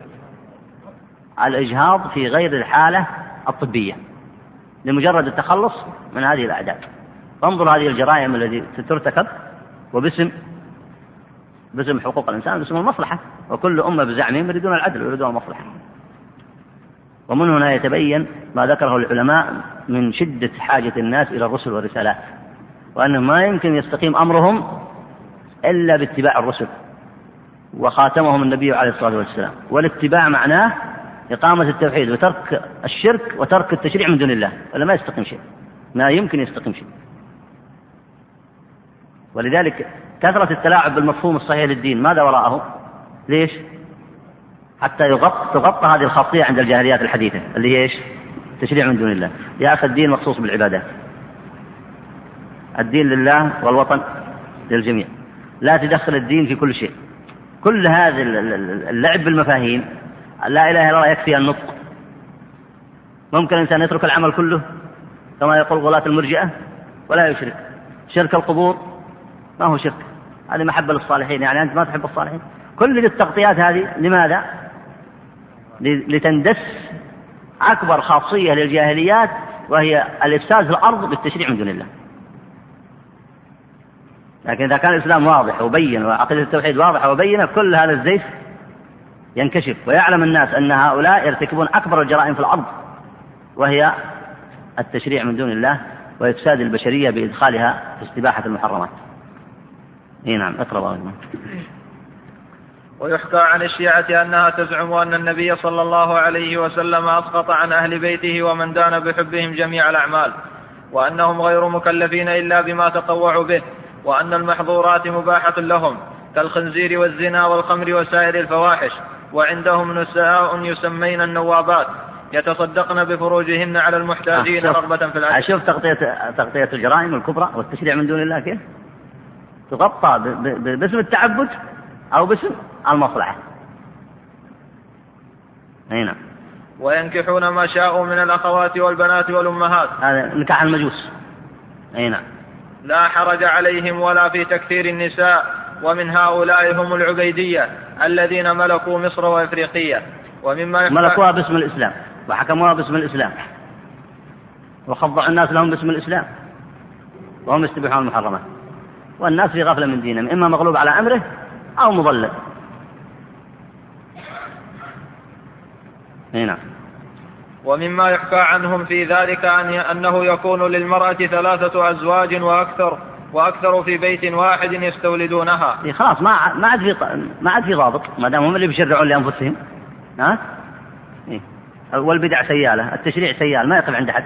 الإجهاض في غير الحالة الطبية لمجرد التخلص من هذه الأعداد. فانظر هذه الجرائم التي ترتكب وباسم حقوق الإنسان، باسم المصلحة، وكل أمة بزعمهم يريدون العدل ويريدون المصلحة. ومن هنا يتبين ما ذكره العلماء من شدة حاجة الناس إلى الرسل والرسالات، وأنه ما يمكن يستقيم أمرهم إلا باتباع الرسل، وخاتمهم النبي عليه الصلاة والسلام. والاتباع معناه إقامة التوحيد وترك الشرك وترك التشريع من دون الله، ولا ما يستقيم شيء، ما يمكن يستقيم شيء. ولذلك كثرة التلاعب بالمفهوم الصحيح للدين ماذا وراءه؟ ليش؟ حتى تغطى هذه الخاصية عند الجاهليات الحديثة اللي هي إيش؟ تشريع من دون الله. يا أخي الدين مخصوص بالعبادات، الدين لله والوطن للجميع، لا تدخل الدين في كل شيء. كل هذا اللعب بالمفاهيم، لا إله إلا الله يكفي النطق. ممكن الإنسان يترك العمل كله كما يقول غلاة المرجئة ولا يشرك. شرك القبور ما هو شرك، هذه محبة للصالحين، يعني أنت ما تحب الصالحين. كل التغطيات هذه لماذا؟ لتندس أكبر خاصية للجاهليات، وهي الإفساد في الأرض بالتشريع من دون الله. لكن إذا كان الإسلام واضح وبين وعقيدة التوحيد واضحة وبينة، كل هذا الزيف ينكشف ويعلم الناس أن هؤلاء يرتكبون أكبر الجرائم في الأرض، وهي التشريع من دون الله وإفساد البشرية بإدخالها في استباحة المحرمات. نعم، اقرأ. ويحكى عن الشيعة أنها تزعم أن النبي صلى الله عليه وسلم أسقط عن أهل بيته ومن دان بحبهم جميع الأعمال، وأنهم غير مكلفين إلا بما تطوعوا به، وأن المحظورات مباحة لهم كالخنزير والزنا والخمر وسائر الفواحش، وعندهم نساء يسمين النوابات يتصدقن بفروجهن على المحتاجين رغبة في الأجر. شوف تغطية الجرائم الكبرى والتشريع من دون الله كيف تغطى باسم التعبد أو باسم المصلحة. هنا وينكحون ما شاءوا من الأخوات والبنات والأمهات، هذا نكاح المجوس. هنا لا حرج عليهم ولا في تكثير النساء، ومن هؤلاء هم العبيدية الذين ملكوا مصر وإفريقية، ومما ملكوها باسم الإسلام وحكموها باسم الإسلام وخضعوا الناس لهم باسم الإسلام وهم يستبيحون المحرمات، والناس في غفلة من دينهم، إما مغلوب على أمره أو مضلل. هنا ومما يحكى عنهم في ذلك أنه يكون للمرأة 3 أزواج وأكثر في بيت واحد يستولدونها. خلاص ما عاد في ضابط، ما دام هم اللي بيشرعون لأنفسهم. والبدع سيالة، التشريع سيال ما يقف عند حد.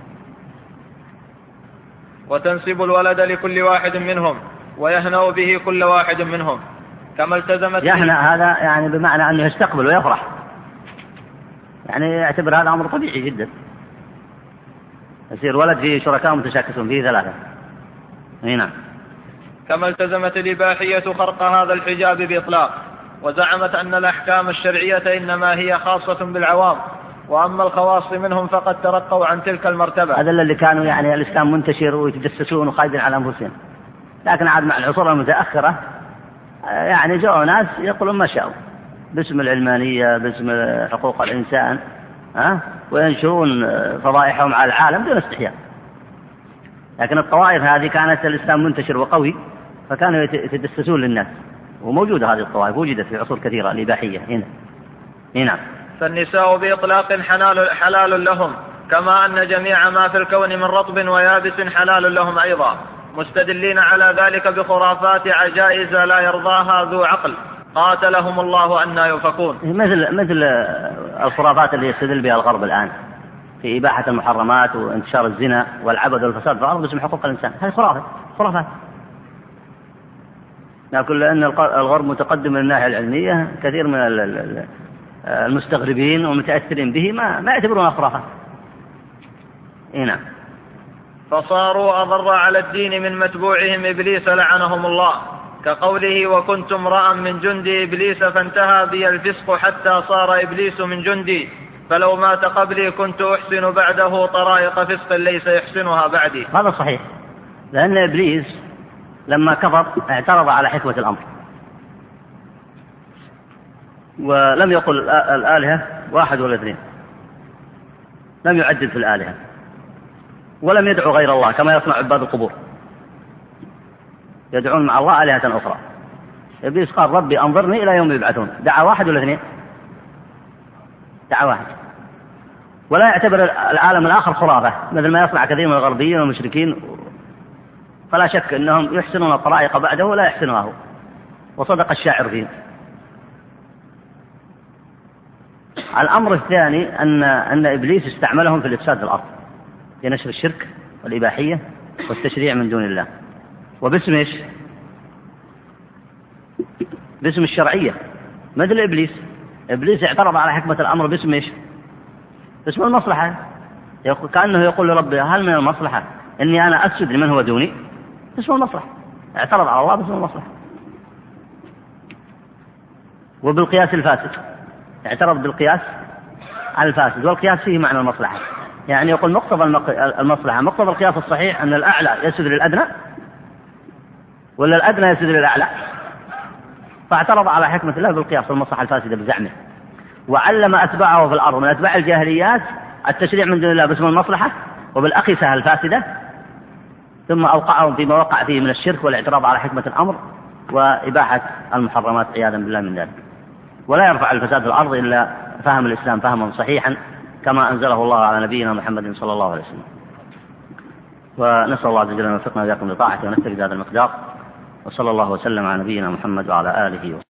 وتنسب الولد لكل واحد منهم ويهنأ به كل واحد منهم، كما التزمت يهنأ هذا يعني بمعنى أنه يستقبل ويفرح، يعني يعتبر هذا أمر طبيعي جدا. يصير ولد فيه شركاء متشاكسون فيه 3. هنا كما التزمت الإباحية خرق هذا الحجاب بإطلاق، وزعمت أن الأحكام الشرعية إنما هي خاصة بالعوام، وأما الخواص منهم فقد ترقوا عن تلك المرتبة. هذا اللي كانوا يعني الإسلام منتشر ويتجسسون وخايدين على أنفسهم، لكن عاد مع العصور المتأخرة يعني جاءوا ناس يقولون ما شاءوا باسم العلمانية باسم حقوق الإنسان، وينشرون فضائحهم على العالم دون استحياء. لكن الطوائف هذه كانت الإسلام منتشر وقوي فكانوا يتجسسون للناس، وموجودة هذه الطوائف وجدت في عصور كثيرة الإباحية. هنا فالنساء بإطلاق حلال لهم، كما أن جميع ما في الكون من رطب ويابس حلال لهم أيضا، مستدلين على ذلك بخرافات عجائز لا يرضاها ذو عقل، قاتلهم الله أن يؤفكون. مثل الخرافات اللي يستدل بها الغرب الآن في إباحة المحرمات وانتشار الزنا والعبث والفساد في الأرض باسم حقوق الإنسان. هذه خرافات. نقول لأن الغرب متقدم من الناحية العلمية، كثير من المستغربين والمتأثرين به ما يعتبرونها خرافات. هنا فصاروا أضر على الدين من متبوعهم إبليس لعنهم الله، كقوله وكنت امرأ من جند إبليس فانتهى بي الفسق حتى صار إبليس من جندي، فلو مات قبلي كنت أحسن بعده طرائق فسق ليس يحسنها بعدي. هذا صحيح، لأن إبليس لما كفر اعترض على حكمة الأمر، ولم يقل الآلهة 1 ولا 2، لم يعدد في الآلهة، ولم يدعو غير الله كما يصنع عباد القبور، يدعون مع الله آلهة أخرى. إبليس قال ربي أنظرني إلى يوم يبعثون، دعا 1 ولا 2؟ دعا 1. ولا يعتبر العالم الآخر خرافة مثل ما يصنع كثير من الغربيين والمشركين، فلا شك أنهم يحسنون الطرائق بعده ولا يحسنها، وصدق الشاعر فيه. الأمر الثاني أن إبليس استعملهم في الإفساد في الأرض، في نشر الشرك والإباحية والتشريع من دون الله، وباسم إيش؟ باسم الشرعية، مثل إبليس اعترض على حكمة الأمر باسم إيش؟ باسم المصلحة، كأنه يقول لربي هل من المصلحة إني أنا أسجد لمن هو دوني؟ باسم المصلحة، اعترض على الله باسم المصلحة. وبالقياس الفاسد، اعترض بالقياس على الفاسد، والقياس فيه معنى المصلحة، يعني يقول مقتضى المصلحة، مقتضى القياس الصحيح أن الأعلى يسجد للأدنى ولا الأدنى يسجد للأعلى، فاعترض على حكمة الله بالقياس والمصلحة الفاسدة بزعمه، وعلم أتباعه في الأرض من أتباع الجاهليات التشريع من دون الله باسم المصلحة وبالأقيسة الفاسدة، ثم أوقعهم فيما وقع فيه من الشرك والاعتراض على حكمة الأمر وإباحة المحرمات عياذا بالله من ذلك. ولا يرفع الفساد في الأرض إلا فهم الإسلام فهما صحيحا كما أنزله الله على نبينا محمد صلى الله عليه وسلم. ونسأل الله عز وجل أن يوفقنا وإياكم لطاعته ونستجد هذا المقدار، وصلى الله وسلم على نبينا محمد وعلى آله وسلم.